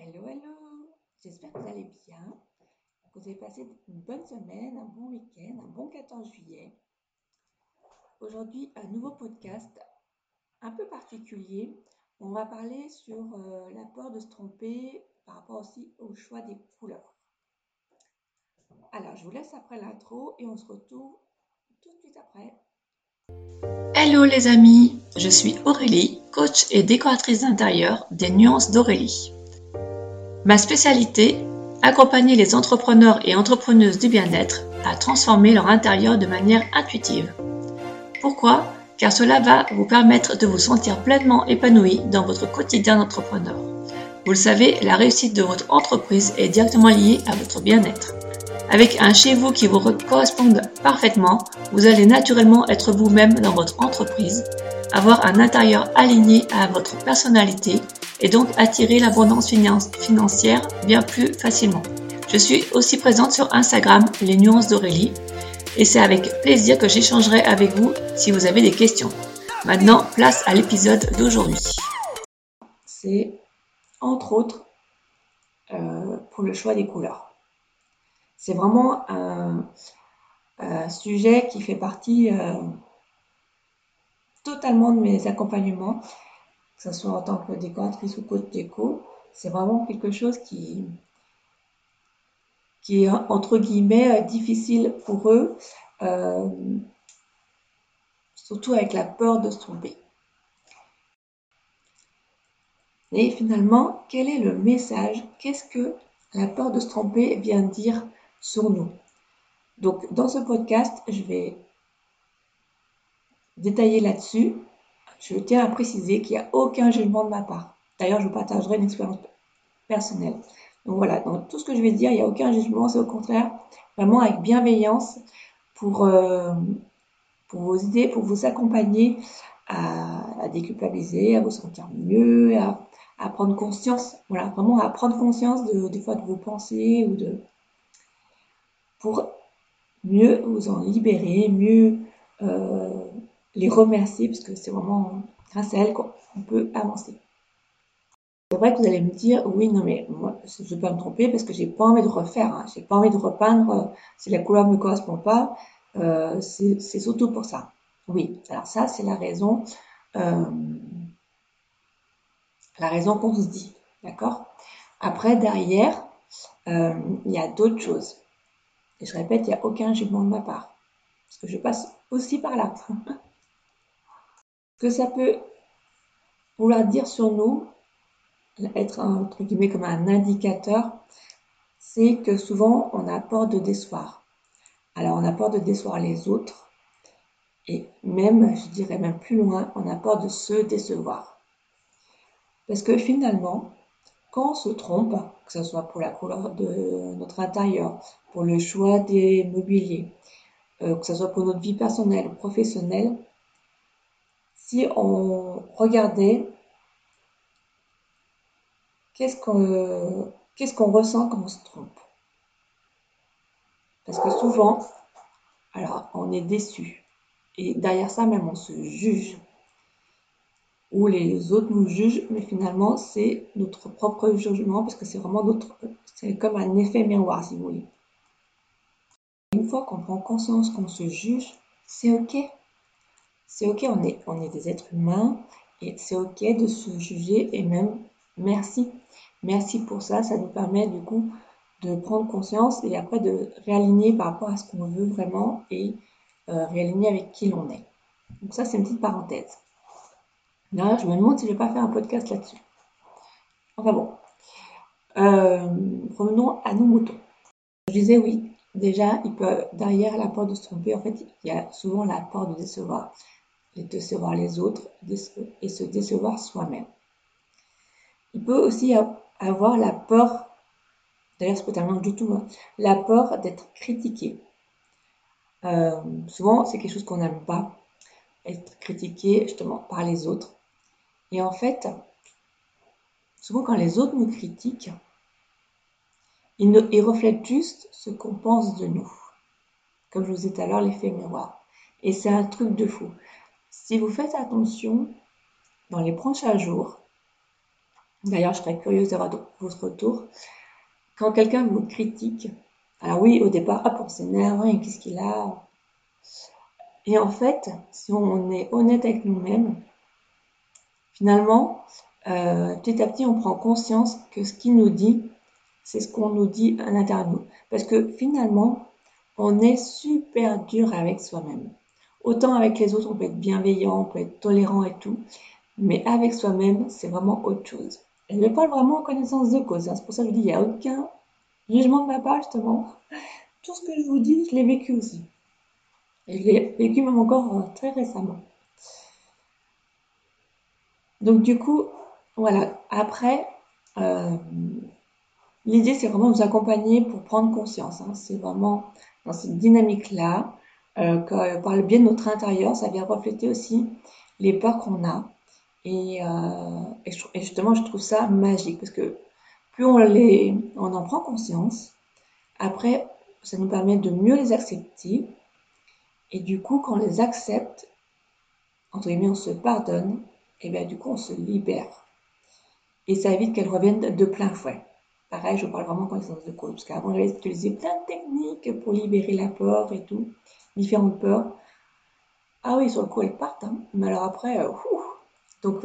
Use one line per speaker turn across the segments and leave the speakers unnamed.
Hello, hello! J'espère que vous allez bien, que vous avez passé une bonne semaine, un bon week-end, un bon 14 juillet. Aujourd'hui, un nouveau podcast un peu particulier. On va parler sur la peur de se tromper par rapport aussi au choix des couleurs. Alors, je vous laisse après l'intro et on se retrouve tout de suite après.
Hello les amis, je suis Aurélie, coach et décoratrice d'intérieur des Nuances d'Aurélie. Ma spécialité, accompagner les entrepreneurs et entrepreneuses du bien-être à transformer leur intérieur de manière intuitive. Pourquoi ? Car cela va vous permettre de vous sentir pleinement épanoui dans votre quotidien d'entrepreneur. Vous le savez, la réussite de votre entreprise est directement liée à votre bien-être. Avec un chez vous qui vous corresponde parfaitement, vous allez naturellement être vous-même dans votre entreprise, avoir un intérieur aligné à votre personnalité et donc attirer l'abondance financière bien plus facilement. Je suis aussi présente sur Instagram, les Nuances d'Aurélie, et c'est avec plaisir que j'échangerai avec vous si vous avez des questions. Maintenant, place à l'épisode d'aujourd'hui.
C'est entre autres pour le choix des couleurs. C'est vraiment un sujet qui fait partie totalement de mes accompagnements, que ce soit en tant que décoratrice ou coach déco. C'est vraiment quelque chose qui est entre guillemets difficile pour eux, euh, surtout avec la peur de se tromper. Et finalement, quel est le message? Qu'est-ce que la peur de se tromper vient dire sur nous? Donc, dans ce podcast, je vais détailler là-dessus. Je tiens à préciser qu'il n'y a aucun jugement de ma part. D'ailleurs, je vous partagerai une expérience personnelle. Donc voilà, dans tout ce que je vais dire, il n'y a aucun jugement, c'est au contraire vraiment avec bienveillance pour vous aider, pour vous accompagner à déculpabiliser, à vous sentir mieux, à prendre conscience, voilà, vraiment à prendre conscience des fois de vos pensées ou pour mieux vous en libérer, mieux les remercier, parce que c'est vraiment grâce à elles qu'on peut avancer. C'est vrai que vous allez me dire, oui, non, mais moi, je peux me tromper parce que j'ai pas envie de refaire, hein, j'ai pas envie de repeindre si la couleur ne me correspond pas, c'est surtout pour ça. Oui, alors ça, c'est la raison qu'on se dit, d'accord? Après, derrière, il y a d'autres choses. Et je répète, il n'y a aucun jugement de ma part, parce que je passe aussi par là. Ce que ça peut vouloir dire sur nous, être entre guillemets comme un indicateur, c'est que souvent on a peur de décevoir. Alors on a peur de décevoir les autres et même, je dirais même plus loin, on a peur de se décevoir. Parce que finalement, quand on se trompe, que ce soit pour la couleur de notre intérieur, pour le choix des mobiliers, que ce soit pour notre vie personnelle ou professionnelle, si on regardait qu'est-ce qu'on ressent quand on se trompe. Parce que souvent, alors on est déçu. Et derrière ça même, on se juge. Ou les autres nous jugent, mais finalement, c'est notre propre jugement, parce que c'est vraiment c'est comme un effet miroir, si vous voulez. Une fois qu'on prend conscience qu'on se juge, c'est ok. C'est ok, on est des êtres humains, et c'est ok de se juger, et même merci. Merci pour ça, ça nous permet du coup de prendre conscience et après de réaligner par rapport à ce qu'on veut vraiment et réaligner avec qui l'on est. Donc ça, c'est une petite parenthèse. Là, je me demande si je vais pas faire un podcast là-dessus. Enfin bon, revenons à nos moutons. Je disais oui, déjà, derrière la peur de se tromper, en fait, il y a souvent la peur de décevoir les autres et se décevoir soi-même. Il peut aussi avoir la peur, d'ailleurs c'est pas un manque du tout, hein, la peur d'être critiqué. Souvent, c'est quelque chose qu'on n'aime pas, être critiqué justement par les autres. Et en fait, souvent quand les autres nous critiquent, ils reflètent juste ce qu'on pense de nous. Comme je vous disais tout à l'heure, l'effet miroir. Et c'est un truc de fou. Si vous faites attention, dans les prochains jours, D'ailleurs, je serais curieuse d'avoir votre retour. Quand quelqu'un vous critique, alors oui, au départ, hop, on s'énerve, hein, qu'est-ce qu'il a? Et en fait, si on est honnête avec nous-mêmes, finalement, petit à petit, on prend conscience que ce qu'il nous dit, c'est ce qu'on nous dit à l'intérieur de nous. Parce que finalement, on est super dur avec soi-même. Autant avec les autres, on peut être bienveillant, on peut être tolérant et tout, mais avec soi-même, c'est vraiment autre chose. Et je parle vraiment en connaissance de cause, hein. C'est pour ça que je dis, il n'y a aucun jugement de ma part, justement. Tout ce que je vous dis, je l'ai vécu aussi. Et je l'ai vécu même encore très récemment. Donc du coup, voilà. Après, euh, l'idée, c'est vraiment de vous accompagner pour prendre conscience, hein. C'est vraiment dans cette dynamique-là, par le biais de notre intérieur, ça vient refléter aussi les peurs qu'on a. Et justement, je trouve ça magique parce que plus on en prend conscience, après, ça nous permet de mieux les accepter. Et du coup, quand on les accepte, entre guillemets, on se pardonne, et bien du coup, on se libère. Et ça évite qu'elles reviennent de plein fouet. Pareil, je parle vraiment en connaissance de cause, parce qu'avant, j'avais utilisé plein de techniques pour libérer la peur et tout, différentes peurs. Ah oui, sur le coup, elles partent, hein. Mais alors après, donc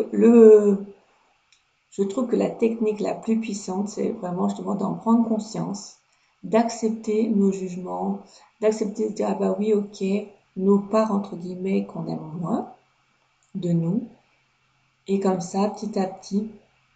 je trouve que la technique la plus puissante, c'est vraiment justement d'en prendre conscience, d'accepter nos jugements, d'accepter de dire, ah bah oui, ok, nos parts, entre guillemets, qu'on aime moins de nous. Et comme ça, petit à petit,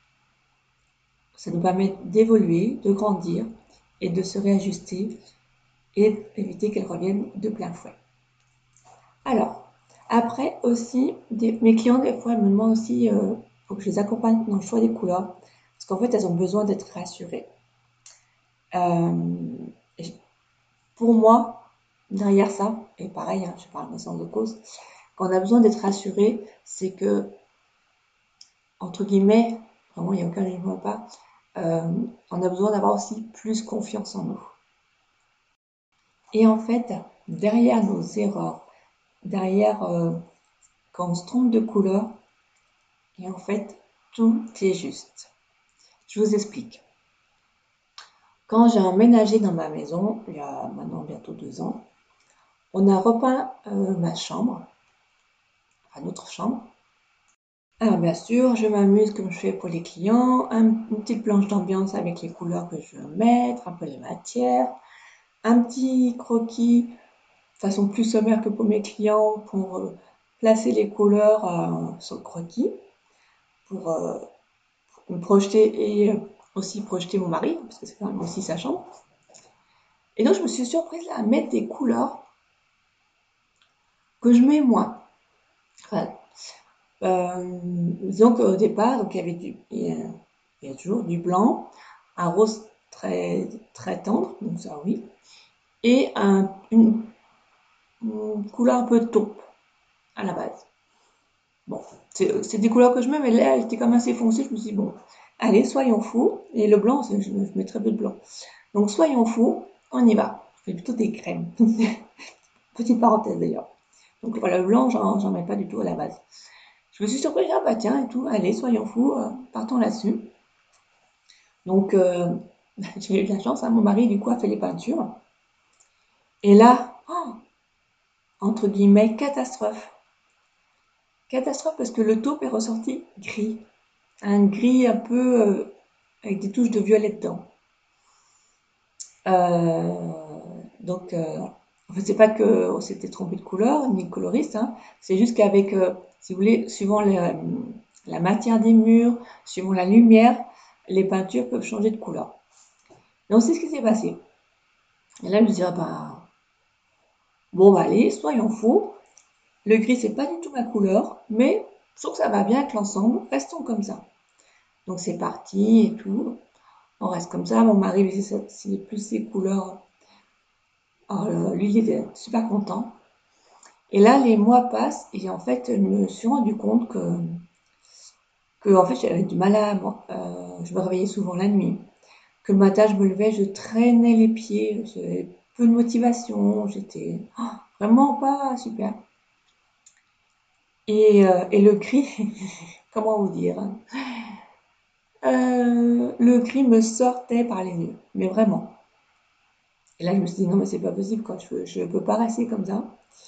ça nous permet d'évoluer, de grandir et de se réajuster et éviter qu'elles reviennent de plein fouet. Alors, après aussi, mes clients, des fois, elles me demandent aussi, faut que je les accompagne dans le choix des couleurs, parce qu'en fait, elles ont besoin d'être rassurées. Euh, pour moi, derrière ça, et pareil, hein, je parle de sens de cause, quand on a besoin d'être rassuré, c'est que, entre guillemets, vraiment, il n'y a aucun jugement pas, euh, on a besoin d'avoir aussi plus confiance en nous. Et en fait, derrière nos erreurs, derrière quand on se trompe de couleur, et en fait, tout est juste. Je vous explique. Quand j'ai emménagé dans ma maison, il y a maintenant bientôt 2 ans, on a repeint ma chambre, enfin notre chambre. Alors bien sûr, je m'amuse comme je fais pour les clients, une petite planche d'ambiance avec les couleurs que je veux mettre, un peu les matières, un petit croquis, de façon plus sommaire que pour mes clients, pour placer les couleurs sur le croquis, pour me projeter et aussi projeter mon mari, parce que c'est quand même aussi sa chambre. Et donc je me suis surprise là, à mettre des couleurs que je mets moi. Enfin, disons qu'au départ, donc il y a toujours du blanc, un rose très, très tendre, donc ça oui, et une couleur un peu taupe à la base. Bon, c'est des couleurs que je mets, mais là, elle était quand même assez foncée. Je me suis dit, bon, allez, soyons fous. Et le blanc, je mets très peu de blanc. Donc, soyons fous, on y va. Je fais plutôt des crèmes. Petite parenthèse d'ailleurs. Donc, voilà, le blanc, j'en mets pas du tout à la base. Je me suis surprise, ah bah tiens, et tout, allez, soyons fous, partons là-dessus. Donc, j'ai eu de la chance, hein, mon mari, du coup, a fait les peintures. Et là, oh, entre guillemets, catastrophe. Catastrophe parce que le taupe est ressorti gris. Un gris un peu avec des touches de violet dedans. Euh, donc, en fait, c'est pas qu'on s'était trompé de couleur, ni de coloriste, hein. C'est juste qu'avec, si vous voulez, suivant la matière des murs, suivant la lumière, les peintures peuvent changer de couleur. Donc, c'est ce qui s'est passé. Et là, je me dis, ah ben, bon, bah, allez, soyons fous. Le gris, c'est pas du tout ma couleur, mais je trouve que ça va bien avec l'ensemble. Restons comme ça. Donc, c'est parti et tout. On reste comme ça. Mon mari, lui, c'est plus ses couleurs. Alors, lui, il était super content. Et là, les mois passent et en fait, je me suis rendu compte que en fait, j'avais du mal je me réveillais souvent la nuit. Que le matin, je me levais, je traînais les pieds, j'avais peu de motivation, j'étais vraiment pas super. Et le gris, comment vous dire, hein, le gris me sortait par les yeux, mais vraiment. Et là, je me suis dit, non, mais c'est pas possible, quoi. Je peux pas rester comme ça.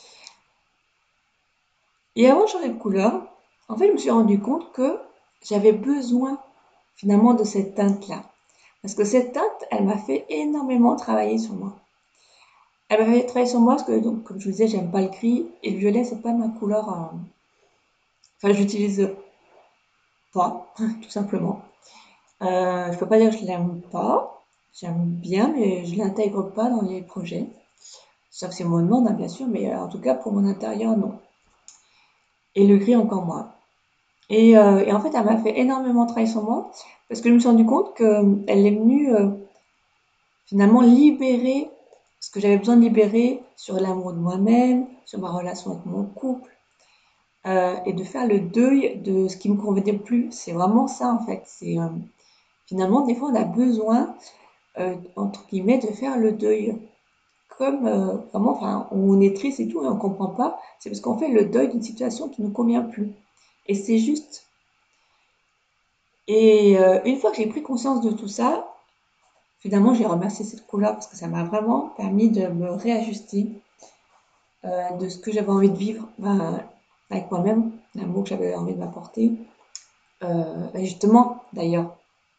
Et avant de changer de couleur, en fait, je me suis rendu compte que j'avais besoin, finalement, de cette teinte-là. Parce que cette teinte, elle m'a fait énormément travailler sur moi. Elle m'a fait travailler sur moi parce que, donc, comme je vous disais, j'aime pas le gris. Et le violet, c'est pas ma couleur. Enfin, j'utilise pas, tout simplement. Je peux pas dire que je l'aime pas. J'aime bien, mais je l'intègre pas dans les projets. Sauf si on me demande, hein, bien sûr, mais en tout cas, pour mon intérieur, non. Et le gris, encore moins. Et en fait, elle m'a fait énormément travailler sur moi parce que je me suis rendu compte qu'elle est venue finalement libérer ce que j'avais besoin de libérer sur l'amour de moi-même, sur ma relation avec mon couple, et de faire le deuil de ce qui me convenait plus. C'est vraiment ça en fait. C'est finalement des fois on a besoin entre guillemets de faire le deuil. Comme vraiment, enfin, on est triste et tout et on comprend pas, c'est parce qu'on fait le deuil d'une situation qui ne nous convient plus. Et c'est juste. Et une fois que j'ai pris conscience de tout ça, finalement, j'ai remercié cette couleur parce que ça m'a vraiment permis de me réajuster de ce que j'avais envie de vivre avec moi-même, l'amour que j'avais envie de m'apporter. Et justement, d'ailleurs,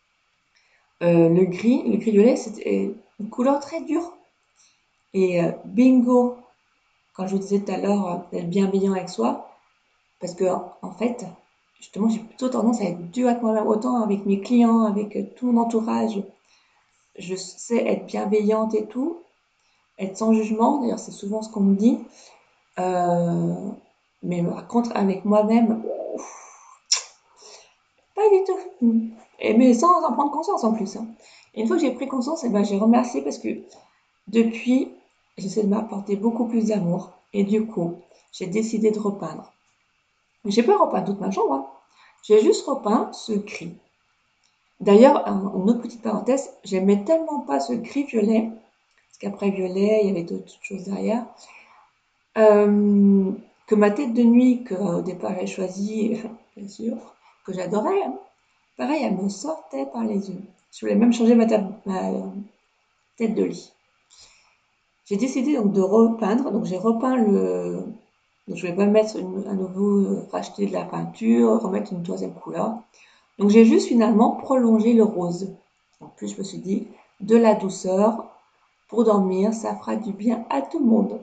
le gris violet, c'était une couleur très dure. Et bingo, quand je vous disais tout à l'heure d'être bienveillant avec soi, parce que en fait, justement, j'ai plutôt tendance à être dure avec moi-même, autant avec mes clients, avec tout mon entourage. Je sais être bienveillante et tout, être sans jugement, d'ailleurs c'est souvent ce qu'on me dit. Euh, mais par contre avec moi-même, pas du tout. Et, mais sans en prendre conscience en plus. Hein. Et une fois que j'ai pris conscience, eh ben, j'ai remercié parce que depuis, j'essaie de m'apporter beaucoup plus d'amour. Et du coup, j'ai décidé de repeindre. Mais j'ai pas repeint toute ma chambre. Hein. J'ai juste repeint ce gris. D'ailleurs, une autre petite parenthèse, j'aimais tellement pas ce gris violet, parce qu'après violet, il y avait d'autres choses derrière, que ma tête de nuit, que au départ j'ai choisie, bien sûr, que j'adorais, hein, pareil, elle me sortait par les yeux. Je voulais même changer ma tête de lit. J'ai décidé donc de repeindre, donc j'ai repeint le. Donc je vais pas mettre à nouveau, racheter de la peinture, remettre une troisième couleur. Donc j'ai juste finalement prolongé le rose. En plus, je me suis dit, de la douceur, pour dormir, ça fera du bien à tout le monde.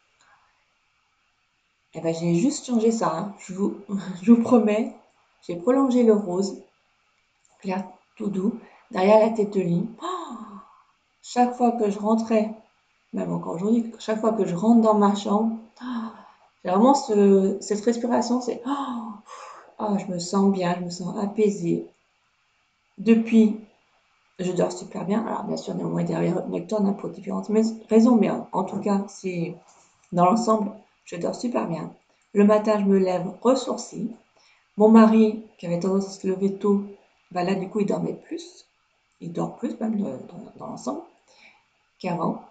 Eh ben, j'ai juste changé ça, hein. Je vous promets, j'ai prolongé le rose, clair, tout doux, derrière la tête de lit. Oh, chaque fois que je rentrais, même encore aujourd'hui, chaque fois que je rentre dans ma chambre, oh, j'ai vraiment cette respiration, c'est oh, je me sens bien, je me sens apaisée. Depuis, je dors super bien. Alors, bien sûr, il y a moins nocturnes pour différentes raisons, mais en tout cas, c'est dans l'ensemble, je dors super bien. Le matin, je me lève ressourcée. Mon mari, qui avait tendance à se lever tôt, bah là, du coup, il dormait plus. Il dort plus, même dans l'ensemble, qu'avant.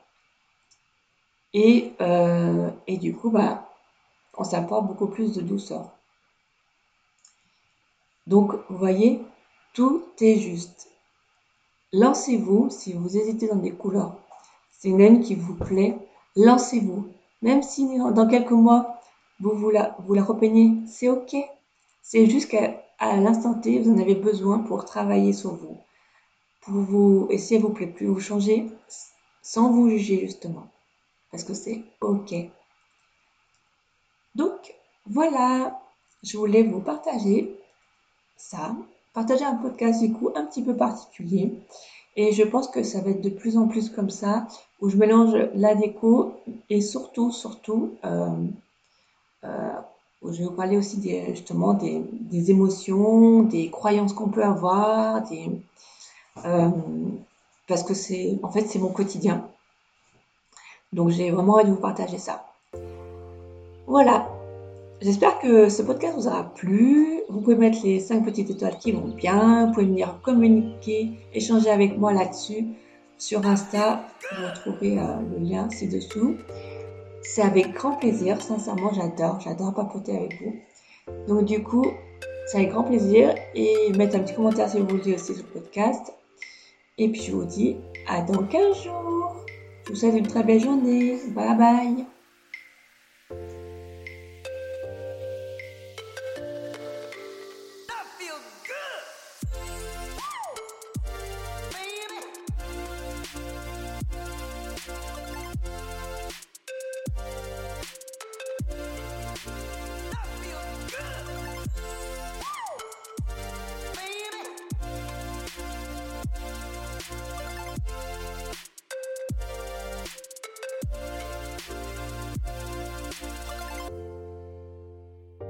Et du coup, bah, on s'apporte beaucoup plus de douceur. Donc, vous voyez, tout est juste. Lancez-vous si vous hésitez dans des couleurs. C'est une qui vous plaît, lancez-vous. Même si dans quelques mois, vous la repeignez, c'est ok. C'est juste qu'à l'instant T, vous en avez besoin pour travailler sur vous. Pour vous, et si elle vous plaît plus, vous changez sans vous juger justement. Parce que c'est ok. Donc, voilà. Je voulais vous partager ça. Partager un podcast du coup un petit peu particulier. Et je pense que ça va être de plus en plus comme ça, où je mélange la déco et surtout, où je vais vous parler aussi justement des émotions, des croyances qu'on peut avoir, euh, parce que en fait, c'est mon quotidien. Donc, j'ai vraiment envie de vous partager ça. Voilà. J'espère que ce podcast vous aura plu. Vous pouvez mettre les 5 petites étoiles qui vont bien. Vous pouvez venir communiquer, échanger avec moi là-dessus sur Insta. Vous retrouverez le lien ci-dessous. C'est avec grand plaisir. Sincèrement, j'adore papoter avec vous. Donc du coup, C'est avec grand plaisir. Et mettre un petit commentaire si vous voulez aussi sur le podcast. Et puis je vous dis à dans 15 jours. Je vous souhaite une très belle journée. Bye bye.